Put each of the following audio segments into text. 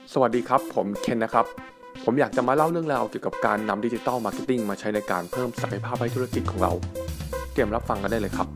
สวัสดีครับผมเคนนะครับผมอยากจะมาเล่าเรื่องราวเกี่ยวกับการนำดิจิทัลมาร์เก็ตติ้งมาใช้ในการเพิ่มศักยภาพให้ธุรกิจของเราเตรียมรับฟังกันได้เลยครับ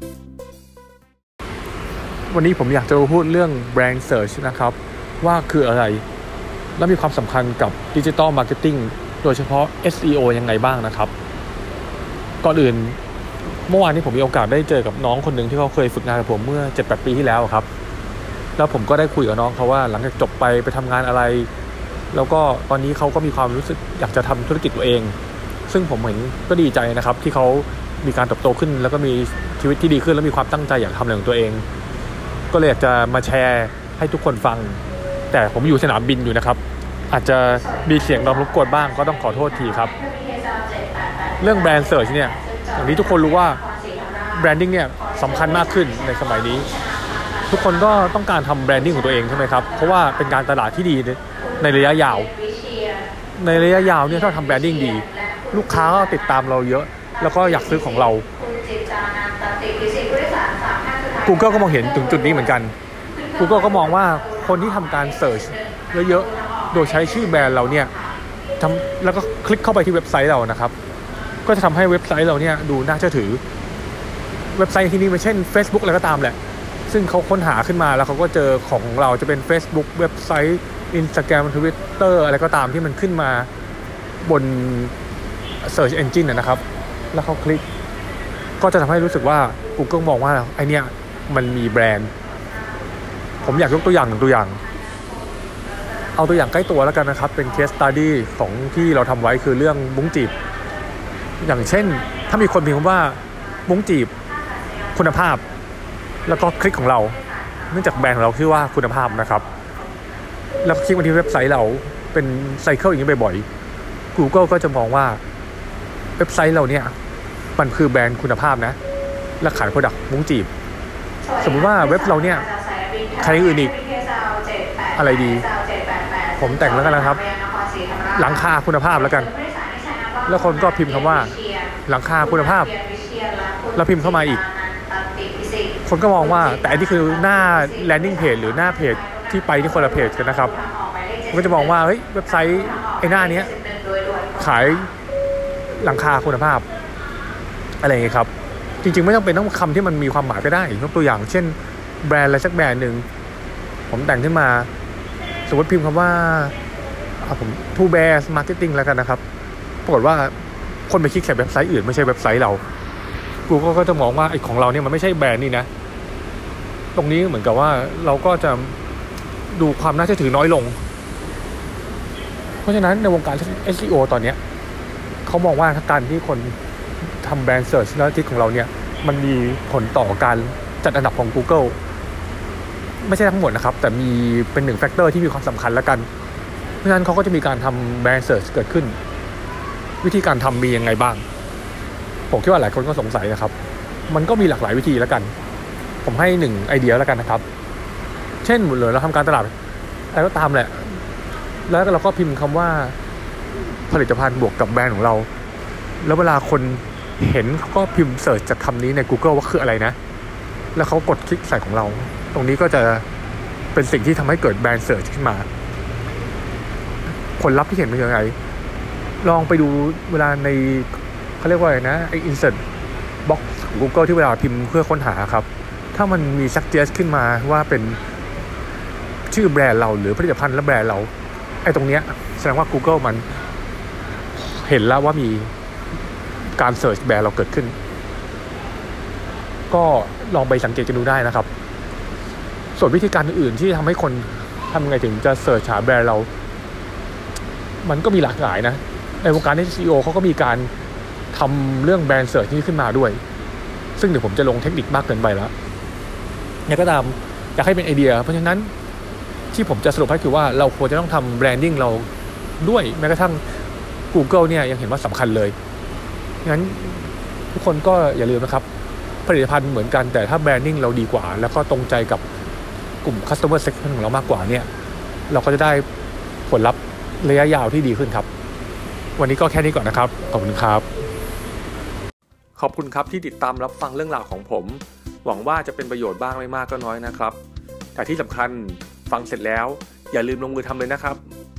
วันนี้ผมอยากจะพูดเรื่อง Brand Search นะครับว่าคืออะไรและมีความสำคัญกับดิจิทัลมาร์เก็ตติ้งโดยเฉพาะ SEO ยังไงบ้างนะครับก่อนอื่นเมื่อวานนี้ผมมีโอกาสได้เจอกับน้องคนหนึ่งที่เขาเคยฝึกงานกับผมเมื่อ 7-8 ปีที่แล้วครับแล้วผมก็ได้คุยกับน้องเขาว่าหลังจากจบไปทำงานอะไรแล้วก็ตอนนี้เขาก็มีความรู้สึกอยากจะทำธุรกิจตัวเองซึ่งผมเห็นก็ดีใจนะครับที่เขามีการเติบโตขึ้นแล้วก็มีชีวิตที่ดีขึ้นและมีความตั้งใจอยากทำอะไรของตัวเองก็เลยอยากจะมาแชร์ให้ทุกคนฟังแต่ผมอยู่สนามบินอยู่นะครับอาจจะมีเสียงรบกวนบ้างก็ต้องขอโทษทีครับเรื่องแบรนด์เสิร์ชเนี่ยอย่างที่ทุกคนรู้ว่าแบรนดิ้งเนี่ยสำคัญมากขึ้นในสมัยนี้ทุกคนก็ต้องการทำแบรนดิ้งของตัวเองใช่ไหมครับเพราะว่าเป็นการตลาดที่ดีในระยะยาวเนี่ยถ้าทำแบรนดิ้งดีลูกค้าก็ติดตามเราเยอะแล้วก็อยากซื้อของเรา Google ก็มองเห็นถึงจุดนี้เหมือนกัน Google ก็มองว่าคนที่ทำการเสิร์ชเยอะๆโดยใช้ชื่อแบรนด์เราเนี่ยแล้วก็คลิกเข้าไปที่เว็บไซต์เรานะครับก็จะทำให้เว็บไซต์เราเนี่ยดูน่าเชื่อถือเว็บไซต์ที่นี่มันเช่น Facebook อะไรก็ตามแหละซึ่งเขาค้นหาขึ้นมาแล้วเขาก็เจอของเราจะเป็น Facebook เว็บไซต์ Instagram Twitter อะไรก็ตามที่มันขึ้นมาบน Search Engine นะครับแล้วเขาคลิกก็จะทำให้รู้สึกว่า Google มองว่าไอเนี้ยมันมีแบรนด์ผมอยากยกตัวอย่างเอาตัวอย่างใกล้ตัวแล้วกันนะครับเป็น case study ของที่เราทำไว้คือเรื่องมุ้งจีบอย่างเช่นถ้ามีคนพิมพ์ว่ามุ้งจีบคุณภาพแล้วก็คลิกของเราเนื่องจากแบรนด์ของเราชื่อว่าคุณภาพนะครับแล้วคลิกมาที่เว็บไซต์เราเป็นไซเคิลอย่างนี้บ่อยๆ Google ก็จะมองว่าเว็บไซต์เราเนี่ยมันคือแบรนด์คุณภาพนะและขายโปรดักต์มุ้งจีบสมมุติว่าเว็บเราเนี่ยใครอื่นอีกอะไรดีผมแต่งแล้วกันนะครับหลังคาคุณภาพแล้วกันแล้วคนก็พิมพ์คำว่าหลังคาคุณภาพแล้วพิมพ์เข้ามาอีกคนก็มองว่าแต่อันนี้คือหน้า landing page หรือหน้าเพจที่ไปที่คนละเพจกันนะครับมันก็จะมองว่าเฮ้ยเว็บไซต์ไอ้หน้านี้ขายหลังคาคุณภาพอะไรอย่างเงี้ยครับจริงๆไม่ต้องเป็นต้องคำที่มันมีความหมายก็ได้ยกตัวอย่างเช่นแบรนด์อะไรสักแบรนด์หนึ่งผมแต่งขึ้นมาสมมติพิมพ์คำว่าผม Two Bears Marketing แล้วกันนะครับปรากฏว่าคนไปคลิกใส่เว็บไซต์อื่นไม่ใช่เว็บไซต์เราGoogle ก็จะมองว่าไอ้ของเราเนี่ยมันไม่ใช่แบรนด์นี่นะตรงนี้เหมือนกับว่าเราก็จะดูความน่าเชื่อถือน้อยลงเพราะฉะนั้นในวงการ SEO ตอนนี้เขามองว่าการที่คนทำแบรนด์เสิร์ชแล้วที่ของเราเนี่ยมันมีผลต่อการจัดอันดับของ Google ไม่ใช่ทั้งหมดนะครับแต่มีเป็นหนึ่งแฟกเตอร์ที่มีความสำคัญแล้วกันเพราะฉะนั้นเขาก็จะมีการทำแบรนด์เสิร์ชเกิดขึ้นวิธีการทำมียังไงบ้างผมคิดว่าหลายคนก็สงสัยนะครับมันก็มีหลากหลายวิธีแล้วกันผมให้1ไอเดียแล้วกันนะครับเช่นเราทำการตลาดอะไรก็ตามแหละแล้วเราก็พิมพ์คำว่าผลิตภัณฑ์บวกกับแบรนด์ของเราแล้วเวลาคนเห็นเขาก็พิมพ์เสิร์ชจากคำนี้ใน Google ว่าคืออะไรนะแล้วเขากดคลิกใส่ของเราตรงนี้ก็จะเป็นสิ่งที่ทำให้เกิดแบรนด์เสิร์ชขึ้นมาผลลัพธ์ที่เห็นเป็นยังไงลองไปดูเวลาในเขาเรียกว่าอะไรนะไอ้ insert box ของ Google ที่เวลาพิมพ์เพื่อค้นหาครับถ้ามันมี suggest ขึ้นมาว่าเป็นชื่อแบรนด์เราหรือผลิตภัณฑ์และแบรนด์เราไอ้ตรงเนี้ยแสดงว่า Google มันเห็นแล้วว่ามีการ search แบรนด์เราเกิดขึ้นก็ลองไปสังเกตกันดูได้นะครับส่วนวิธีการอื่นที่ทำให้คนทำไงถึงจะ search หาแบรนด์เรามันก็มีหลากหลายนะในวงการ SEO เขาก็มีการทำเรื่องแบรนด์เสิร์ชนี้ขึ้นมาด้วยซึ่งเดี๋ยวผมจะลงเทคนิคมากเกินไปแล้วเนี่ยก็ตามอยากให้เป็นไอเดียเพราะฉะนั้นที่ผมจะสรุปให้คือว่าเราควรจะต้องทำแบรนดิ้งเราด้วยแม้กระทั่ง Google เนี่ยยังเห็นว่าสำคัญเลยงั้นทุกคนก็อย่าลืมนะครับผลิตภัณฑ์เหมือนกันแต่ถ้าแบรนดิ้งเราดีกว่าแล้วก็ตรงใจกับกลุ่ม customer segment ของเรามากกว่าเนี่ยเราก็จะได้ผลลัพธ์ระยะยาวที่ดีขึ้นครับวันนี้ก็แค่นี้ก่อนนะครับขอบคุณครับขอบคุณครับที่ติดตามรับฟังเรื่องราวของผมหวังว่าจะเป็นประโยชน์บ้างไม่มากก็น้อยนะครับแต่ที่สำคัญฟังเสร็จแล้วอย่าลืมลงมือทำเลยนะครับ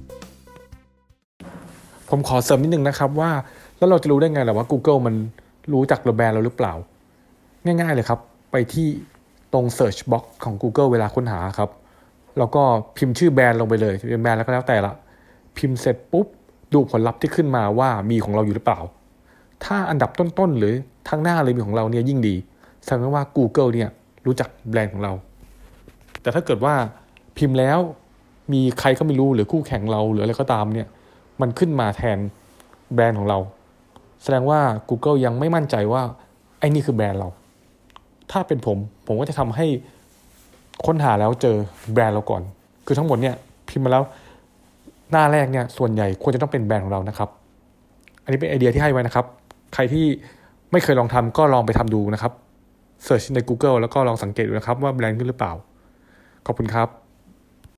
ผมขอเสริมนิดนึงนะครับว่าแล้วเราจะรู้ได้ไงล่ะว่า Google มันรู้จักแบรนด์เราหรือเปล่าง่ายๆเลยครับไปที่ตรง Search Box ของ Google เวลาค้นหาครับแล้วก็พิมพ์ชื่อแบรนด์ลงไปเลยเป็นแบรนด์แล้วก็แล้วแต่ละพิมพ์เสร็จปุ๊บดูผลลัพธ์ที่ขึ้นมาว่ามีของเราอยู่หรือเปล่าถ้าอันดับต้นๆหรือทางหน้าเลยมีของเราเนี่ยยิ่งดีแสดงว่า Google เนี่ยรู้จักแบรนด์ของเราแต่ถ้าเกิดว่าพิมพ์แล้วมีใครก็ไม่รู้หรือคู่แข่งเราหรืออะไรก็ตามเนี่ยมันขึ้นมาแทนแบรนด์ของเราแสดงว่า Google ยังไม่มั่นใจว่าไอ้นี่คือแบรนด์เราถ้าเป็นผมก็จะทำให้ค้นหาแล้วเจอแบรนด์เราก่อนคือทั้งหมดเนี่ยพิมพ์มาแล้วหน้าแรกเนี่ยส่วนใหญ่ควรจะต้องเป็นแบรนด์ของเรานะครับอันนี้เป็นไอเดียที่ให้ไว้นะครับใครที่ไม่เคยลองทำก็ลองไปทำดูนะครับเสิร์ชใน Google แล้วก็ลองสังเกตดูนะครับว่าแบรนด์ขึ้นหรือเปล่าขอบคุณครับ